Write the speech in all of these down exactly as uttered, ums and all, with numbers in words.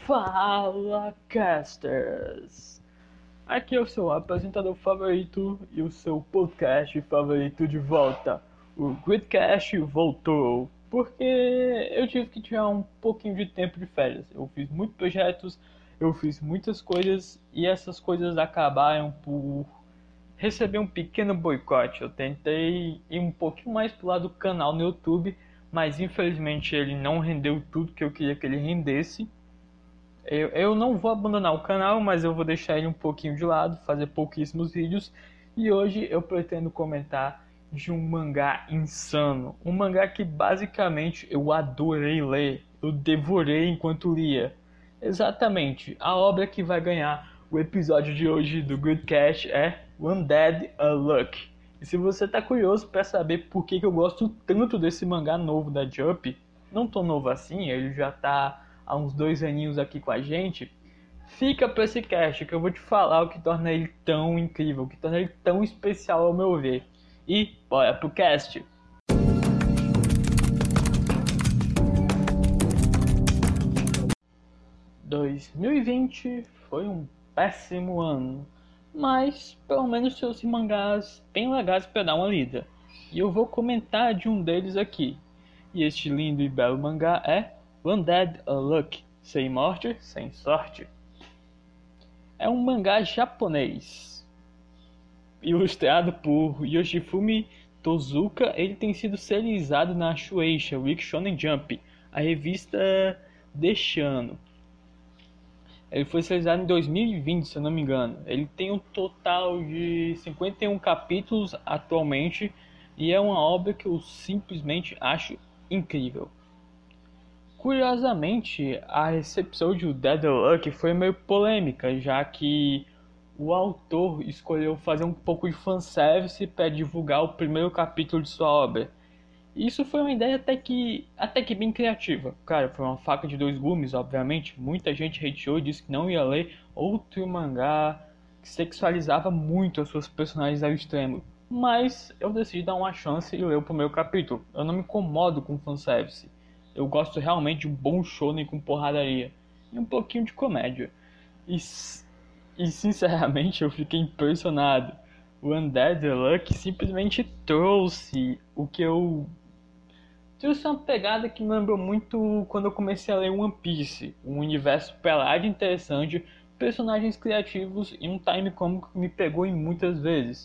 Fala, casters! Aqui é o seu apresentador favorito e o seu podcast favorito de volta. O Gridcast voltou, porque eu tive que tirar um pouquinho de tempo de férias. Eu fiz muitos projetos, eu fiz muitas coisas e essas coisas acabaram por receber um pequeno boicote. Eu tentei ir um pouquinho mais pro lado do canal no YouTube, mas infelizmente ele não rendeu tudo que eu queria que ele rendesse. Eu, eu não vou abandonar o canal, mas eu vou deixar ele um pouquinho de lado, fazer pouquíssimos vídeos. E hoje eu pretendo comentar de um mangá insano. Um mangá que basicamente eu adorei ler, eu devorei enquanto lia. Exatamente, a obra que vai ganhar o episódio de hoje do Gridcast é One Dead Unluck. E se você tá curioso para saber por que, que eu gosto tanto desse mangá novo da Jump, não tão novo assim, ele já tá há uns dois aninhos aqui com a gente, fica pra esse cast que eu vou te falar o que torna ele tão incrível, o que torna ele tão especial ao meu ver. E bora pro cast! dois mil e vinte foi um péssimo ano, mas pelo menos trouxe mangás bem legais para dar uma lida. E eu vou comentar de um deles aqui. E este lindo e belo mangá é One Dead Unluck, sem morte, sem sorte. É um mangá japonês, ilustrado por Yoshifumi Tozuka. Ele tem sido serializado na Shueisha Week Shonen Jump, a revista deste ano. Ele foi serializado em dois mil e vinte, se eu não me engano. Ele tem um total de cinquenta e um capítulos atualmente e é uma obra que eu simplesmente acho incrível. Curiosamente, a recepção de Dead Unluck foi meio polêmica, já que o autor escolheu fazer um pouco de fanservice para divulgar o primeiro capítulo de sua obra. Isso foi uma ideia até que, até que bem criativa. Cara, foi uma faca de dois gumes, obviamente. Muita gente hateou e disse que não ia ler outro mangá que sexualizava muito as suas personagens ao extremo. Mas eu decidi dar uma chance e ler o primeiro capítulo. Eu não me incomodo com fanservice. Eu gosto realmente de um bom shonen com porradaria e um pouquinho de comédia. E, e sinceramente eu fiquei impressionado. O Undead Unluck simplesmente trouxe o que eu... Trouxe uma pegada que me lembrou muito quando eu comecei a ler One Piece. Um universo pelado e interessante, personagens criativos e um time cômico que me pegou em muitas vezes.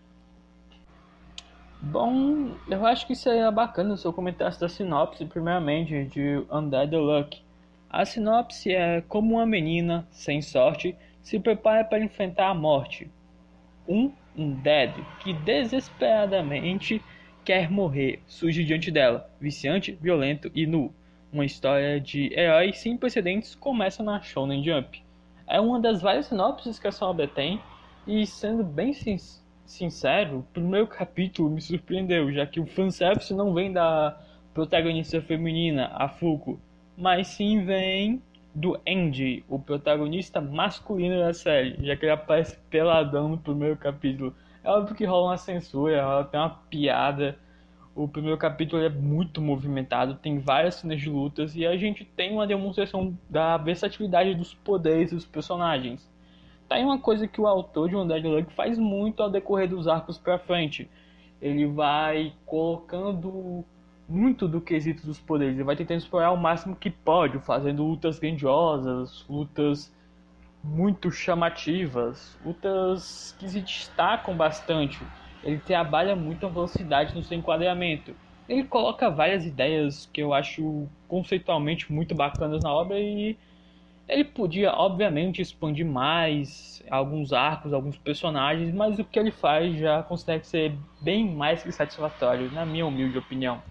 Bom, eu acho que seria bacana se eu comentasse da sinopse, primeiramente, de Undead Unluck. A sinopse é como uma menina, sem sorte, se prepara para enfrentar a morte. Um Undead que desesperadamente quer morrer surge diante dela, viciante, violento e nu. Uma história de heróis sem precedentes começa na Shonen Jump. É uma das várias sinopses que essa obra tem, e sendo bem sincero, Sincero, o primeiro capítulo me surpreendeu, já que o fanservice não vem da protagonista feminina, a Fuko, mas sim vem do Andy, o protagonista masculino da série, já que ele aparece peladão no primeiro capítulo. É óbvio que rola uma censura, ela tem uma piada. O primeiro capítulo é muito movimentado, tem várias cenas de lutas e a gente tem uma demonstração da versatilidade dos poderes dos personagens. Tá aí uma coisa que o autor de One Dead Unluck faz muito ao decorrer dos arcos pra frente. Ele vai colocando muito do quesito dos poderes. Ele vai tentando explorar o máximo que pode, fazendo lutas grandiosas, lutas muito chamativas, lutas que se destacam bastante. Ele trabalha muito a velocidade no seu enquadramento. Ele coloca várias ideias que eu acho conceitualmente muito bacanas na obra e... ele podia, obviamente, expandir mais alguns arcos, alguns personagens, mas o que ele faz já consegue ser bem mais que satisfatório, na minha humilde opinião.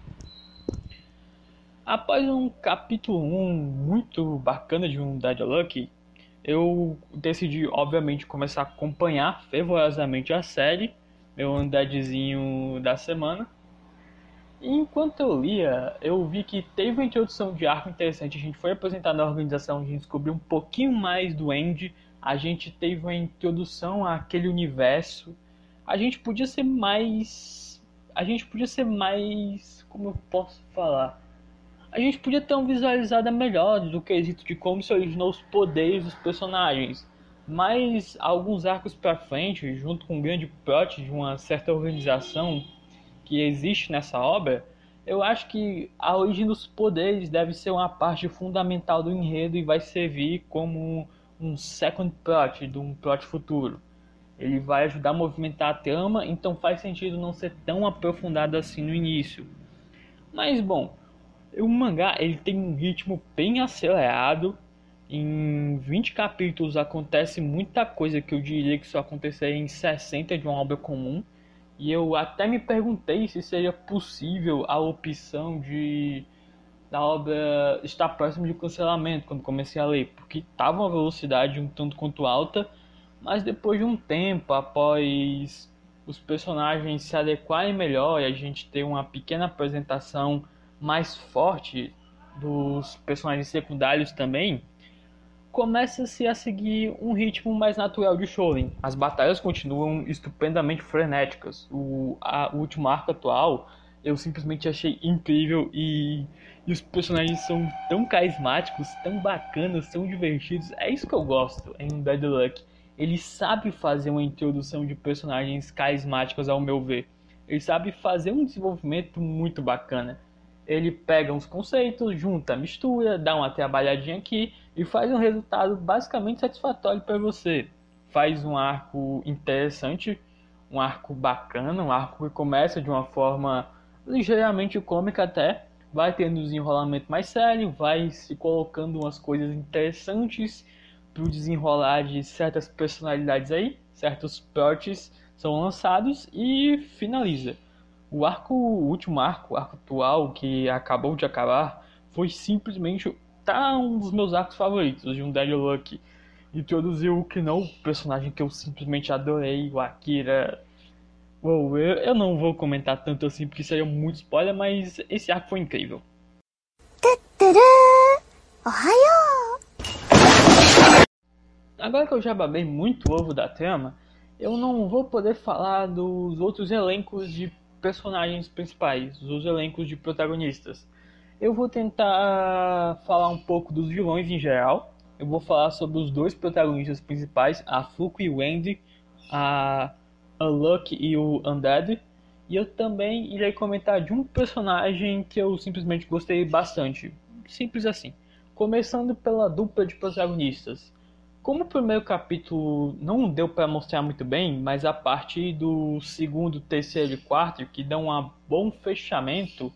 Após um capítulo um muito bacana de um Dead Unluck, eu decidi, obviamente, começar a acompanhar fervorosamente a série, meu Undeadzinho da semana. E enquanto eu lia, eu vi que teve uma introdução de arco interessante. A gente foi apresentado na organização, a gente descobriu um pouquinho mais do Andy. A gente teve uma introdução àquele universo. A gente podia ser mais... A gente podia ser mais... Como eu posso falar? a gente podia ter uma visualizada melhor do quesito de como se originou os poderes dos personagens. Mas alguns arcos pra frente, junto com o grande plot de uma certa organização que existe nessa obra, eu acho que a origem dos poderes deve ser uma parte fundamental do enredo e vai servir como um second plot de um plot futuro. Ele vai ajudar a movimentar a trama, então faz sentido não ser tão aprofundado assim no início. Mas bom, o mangá ele tem um ritmo bem acelerado. Em vinte capítulos acontece muita coisa que eu diria que só aconteceria em sessenta de uma obra comum. E eu até me perguntei se seria possível a opção de da obra estar próximo de cancelamento quando comecei a ler, porque estava uma velocidade um tanto quanto alta, mas depois de um tempo, após os personagens se adequarem melhor e a gente ter uma pequena apresentação mais forte dos personagens secundários também, começa-se a seguir um ritmo mais natural de shonen. As batalhas continuam estupendamente frenéticas. O, a, o último arco atual eu simplesmente achei incrível e, e os personagens são tão carismáticos, tão bacanas, tão divertidos. É isso que eu gosto em Undead Luck. Ele sabe fazer uma introdução de personagens carismáticos ao meu ver. Ele sabe fazer um desenvolvimento muito bacana. Ele pega uns conceitos, junta, mistura, dá uma trabalhadinha aqui e faz um resultado basicamente satisfatório para você. Faz um arco interessante, um arco bacana, um arco que começa de uma forma ligeiramente cômica até, vai tendo um desenrolamento mais sério, vai se colocando umas coisas interessantes para o desenrolar de certas personalidades aí, certos plots são lançados e finaliza. O arco, o último arco, o arco atual que acabou de acabar, foi simplesmente tá um dos meus arcos favoritos de Undead Luck. Introduziu o Knou, personagem que eu simplesmente adorei, o Akira. Uou, eu, eu não vou comentar tanto assim porque seria muito spoiler, mas esse arco foi incrível. Agora que eu já babei muito ovo da trama, eu não vou poder falar dos outros elencos de personagens principais, os elencos de protagonistas. Eu vou tentar falar um pouco dos vilões em geral. Eu vou falar sobre os dois protagonistas principais, a Fuko e o Andy, a, a Luck e o Undead. E eu também irei comentar de um personagem que eu simplesmente gostei bastante. Simples assim. Começando pela dupla de protagonistas. Como o primeiro capítulo não deu para mostrar muito bem, mas a partir do segundo, terceiro e quarto, que dão um bom fechamento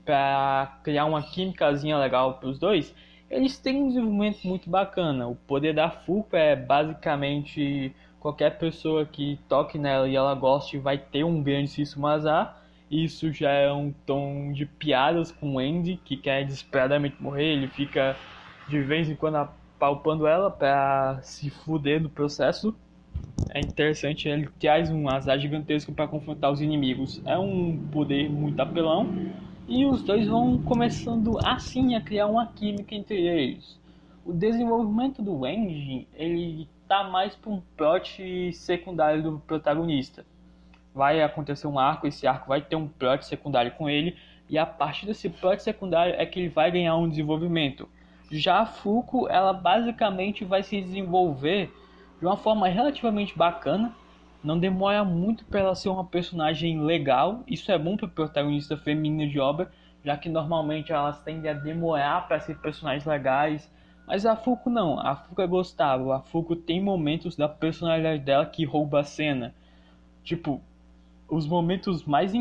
para criar uma químicazinha legal para os dois, eles têm um desenvolvimento muito bacana. O poder da Fuko é basicamente qualquer pessoa que toque nela e ela goste vai ter um grandíssimo azar. Isso já é um tom de piadas com o Andy, que quer desesperadamente morrer. Ele fica de vez em quando apalpando ela para se fuder no processo. É interessante, ele traz um azar gigantesco para confrontar os inimigos. É um poder muito apelão. E os dois vão começando assim a criar uma química entre eles. O desenvolvimento do Andy, ele tá mais para um plot secundário do protagonista. Vai acontecer um arco, esse arco vai ter um plot secundário com ele, e a partir desse plot secundário é que ele vai ganhar um desenvolvimento. Já a Fuko, ela basicamente vai se desenvolver de uma forma relativamente bacana. Não demora muito para ela ser uma personagem legal. Isso é bom para protagonista feminina de obra, já que normalmente elas tendem a demorar para ser personagens legais. Mas a Fuko não, a Fuko é gostável. A Fuko tem momentos da personalidade dela que rouba a cena. Tipo, os momentos mais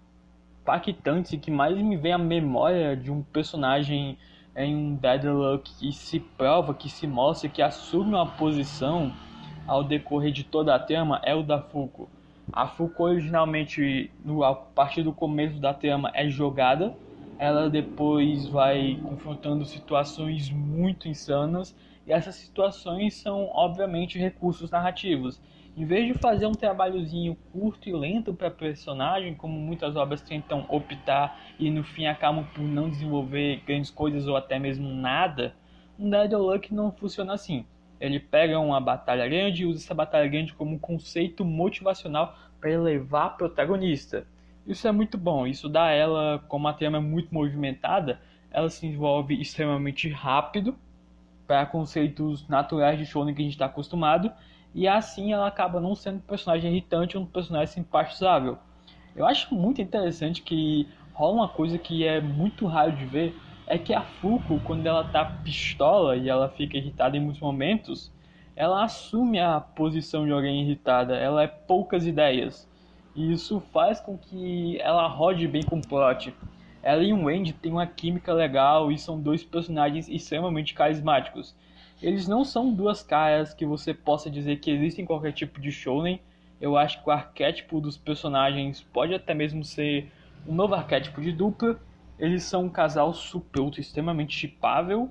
impactantes e que mais me vem à memória de um personagem em um Deadlock que se prova, que se mostra, que assume uma posição ao decorrer de toda a trama é o da Fuko. A Fuko originalmente, no, a partir do começo da trama, é jogada. Ela depois vai confrontando situações muito insanas. E essas situações são, obviamente, recursos narrativos. Em vez de fazer um trabalhozinho curto e lento para personagem, como muitas obras tentam optar e no fim acabam por não desenvolver grandes coisas ou até mesmo nada, um Dead or Luck não funciona assim. Ele pega uma batalha grande e usa essa batalha grande como um conceito motivacional para elevar a protagonista. Isso é muito bom, isso dá a ela, como a trama é muito movimentada, ela se desenvolve extremamente rápido para conceitos naturais de shonen que a gente está acostumado, e assim ela acaba não sendo um personagem irritante, um personagem simpatizável. Eu acho muito interessante que rola uma coisa que é muito raro de ver, é que a Fuko, quando ela tá pistola e ela fica irritada em muitos momentos, ela assume a posição de alguém irritada, ela é poucas ideias. E isso faz com que ela rode bem com o plot. Ela e o Wendy têm uma química legal e são dois personagens extremamente carismáticos. Eles não são duas caras que você possa dizer que existem em qualquer tipo de shounen. Eu acho que o arquétipo dos personagens pode até mesmo ser um novo arquétipo de dupla. Eles são um casal super, ultra, extremamente shippável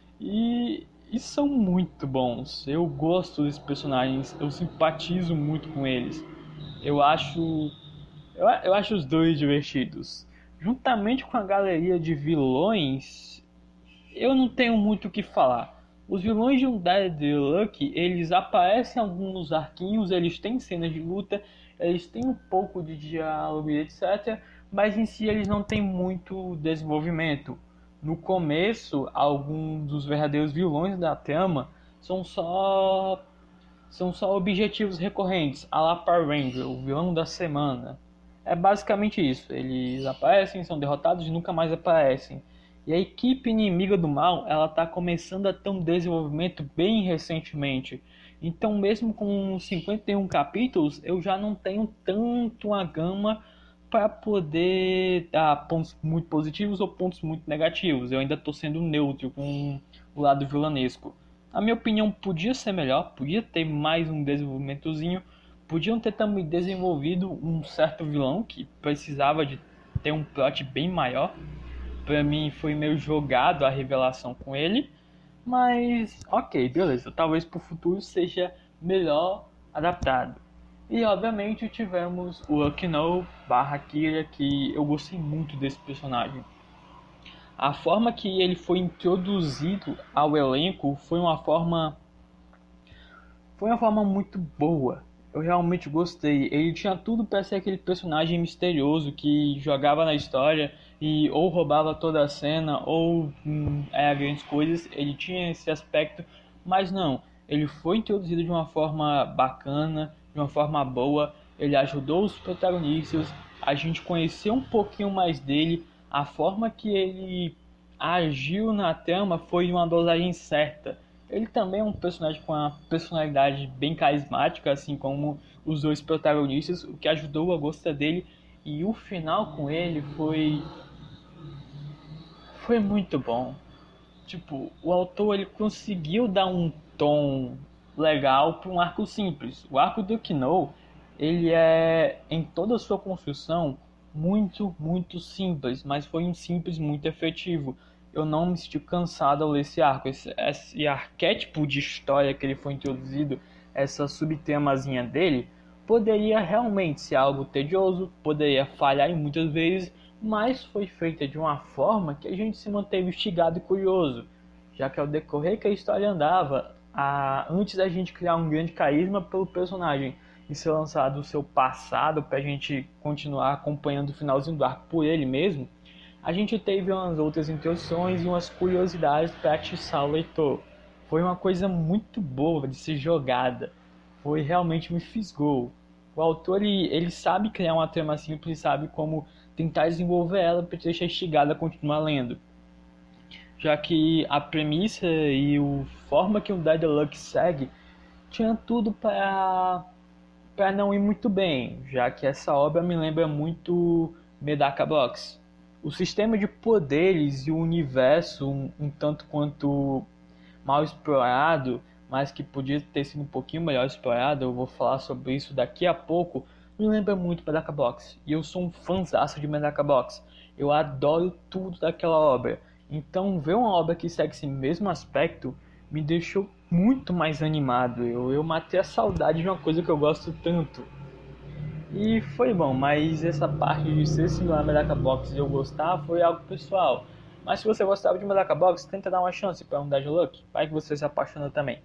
e, e são muito bons. Eu gosto desses personagens, eu simpatizo muito com eles. Eu acho, eu, eu acho os dois divertidos. Juntamente com a galeria de vilões, eu não tenho muito o que falar. Os vilões de Undead Luck, eles aparecem em alguns arquinhos, eles têm cenas de luta, eles têm um pouco de diálogo e etcétera. Mas em si eles não têm muito desenvolvimento. No começo, alguns dos verdadeiros vilões da trama são só são só objetivos recorrentes, a la Power Ranger, o vilão da semana. É basicamente isso. Eles aparecem, são derrotados e nunca mais aparecem. E a equipe inimiga do mal, ela está começando a ter um desenvolvimento bem recentemente. Então, mesmo com cinquenta e um capítulos, eu já não tenho tanto uma gama para poder dar pontos muito positivos ou pontos muito negativos. Eu ainda estou sendo neutro com o lado vilanesco. Na minha opinião, podia ser melhor, podia ter mais um desenvolvimentozinho, podiam ter também desenvolvido um certo vilão que precisava de ter um plot bem maior. Para mim foi meio jogado a revelação com ele, mas ok, beleza, talvez para o futuro seja melhor adaptado. E obviamente tivemos o Akino barra Kira, que eu gostei muito desse personagem. A forma que ele foi introduzido ao elenco foi uma forma foi uma forma muito boa. Eu realmente gostei. Ele tinha tudo para ser aquele personagem misterioso que jogava na história e ou roubava toda a cena ou hum, era grandes coisas. Ele tinha esse aspecto, mas não. Ele foi introduzido de uma forma bacana, de uma forma boa. Ele ajudou os protagonistas. A gente conheceu um pouquinho mais dele. A forma que ele agiu na trama foi uma dosagem certa. Ele também é um personagem com uma personalidade bem carismática, assim como os dois protagonistas, o que ajudou a gostar dele. E o final com ele foi foi muito bom. Tipo, o autor ele conseguiu dar um tom legal para um arco simples. O arco do Kino, ele é em toda a sua construção muito, muito simples, mas foi um simples muito efetivo. Eu não me senti cansado ao ler esse arco. Esse, esse arquétipo de história que ele foi introduzido, essa subtemazinha dele, poderia realmente ser algo tedioso, poderia falhar em muitas vezes, mas foi feita de uma forma que a gente se manteve instigado e curioso, já que ao decorrer que a história andava, a, antes da gente criar um grande carisma pelo personagem e ser lançado o seu passado para a gente continuar acompanhando o finalzinho do arco por ele mesmo, a gente teve umas outras introduções e umas curiosidades para atiçar o leitor. Foi uma coisa muito boa de ser jogada. Foi realmente me fisgou. O autor ele, ele sabe criar uma trama simples, sabe como tentar desenvolver ela para te deixar instigado a continuar lendo. Já que a premissa e a forma que o Undead Luck segue tinha tudo para para não ir muito bem, já que essa obra me lembra muito Medaka Box. O sistema de poderes e o universo um, um tanto quanto mal explorado, mas que podia ter sido um pouquinho melhor explorado, eu vou falar sobre isso daqui a pouco, me lembra muito Medaka Box. E eu sou um fãzaço de Medaka Box. Eu adoro tudo daquela obra. Então ver uma obra que segue esse mesmo aspecto me deixou muito mais animado. Eu, eu matei a saudade de uma coisa que eu gosto tanto. E foi bom, mas essa parte de ser similar a Medaka Box e eu gostar foi algo pessoal. Mas se você gostava de Medaka Box, tenta dar uma chance para Undead Luck, vai que você se apaixona também.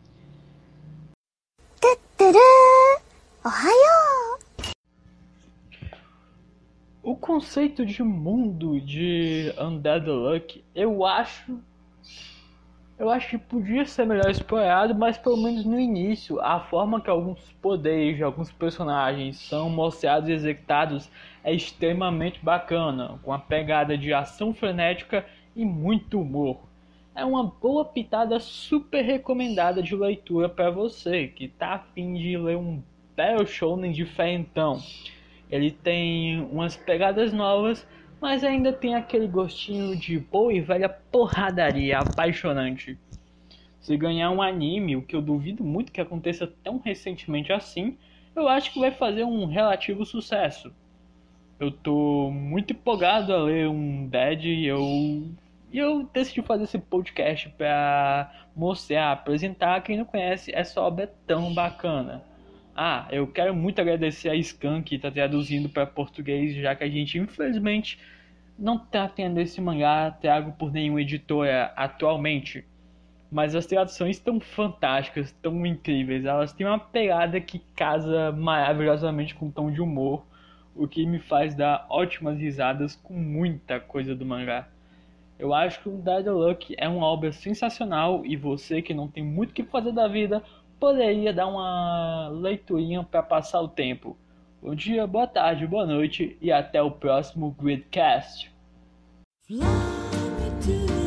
O conceito de mundo de Undead Luck, eu acho eu acho que podia ser melhor explorado, mas pelo menos no início, a forma que alguns poderes de alguns personagens são mostrados e executados é extremamente bacana, com a pegada de ação frenética e muito humor. É uma boa pitada super recomendada de leitura para você que tá afim de ler um Battle Shonen diferentão. Ele tem umas pegadas novas, mas ainda tem aquele gostinho de boa e velha porradaria apaixonante. Se ganhar um anime, o que eu duvido muito que aconteça tão recentemente assim, eu acho que vai fazer um relativo sucesso. Eu tô muito empolgado a ler um Dead e eu, e eu decidi fazer esse podcast para mostrar, apresentar quem não conhece essa obra tão bacana. Ah, eu quero muito agradecer a Scan que está traduzindo para português, já que a gente infelizmente não está tendo esse mangá trago por nenhuma editora atualmente. Mas as traduções estão fantásticas, estão incríveis. Elas têm uma pegada que casa maravilhosamente com o tom de humor, o que me faz dar ótimas risadas com muita coisa do mangá. Eu acho que o Dead Luck é uma obra sensacional e você que não tem muito o que fazer da vida poderia dar uma leiturinha para passar o tempo. Bom dia, boa tarde, boa noite e até o próximo Gridcast. Fly me to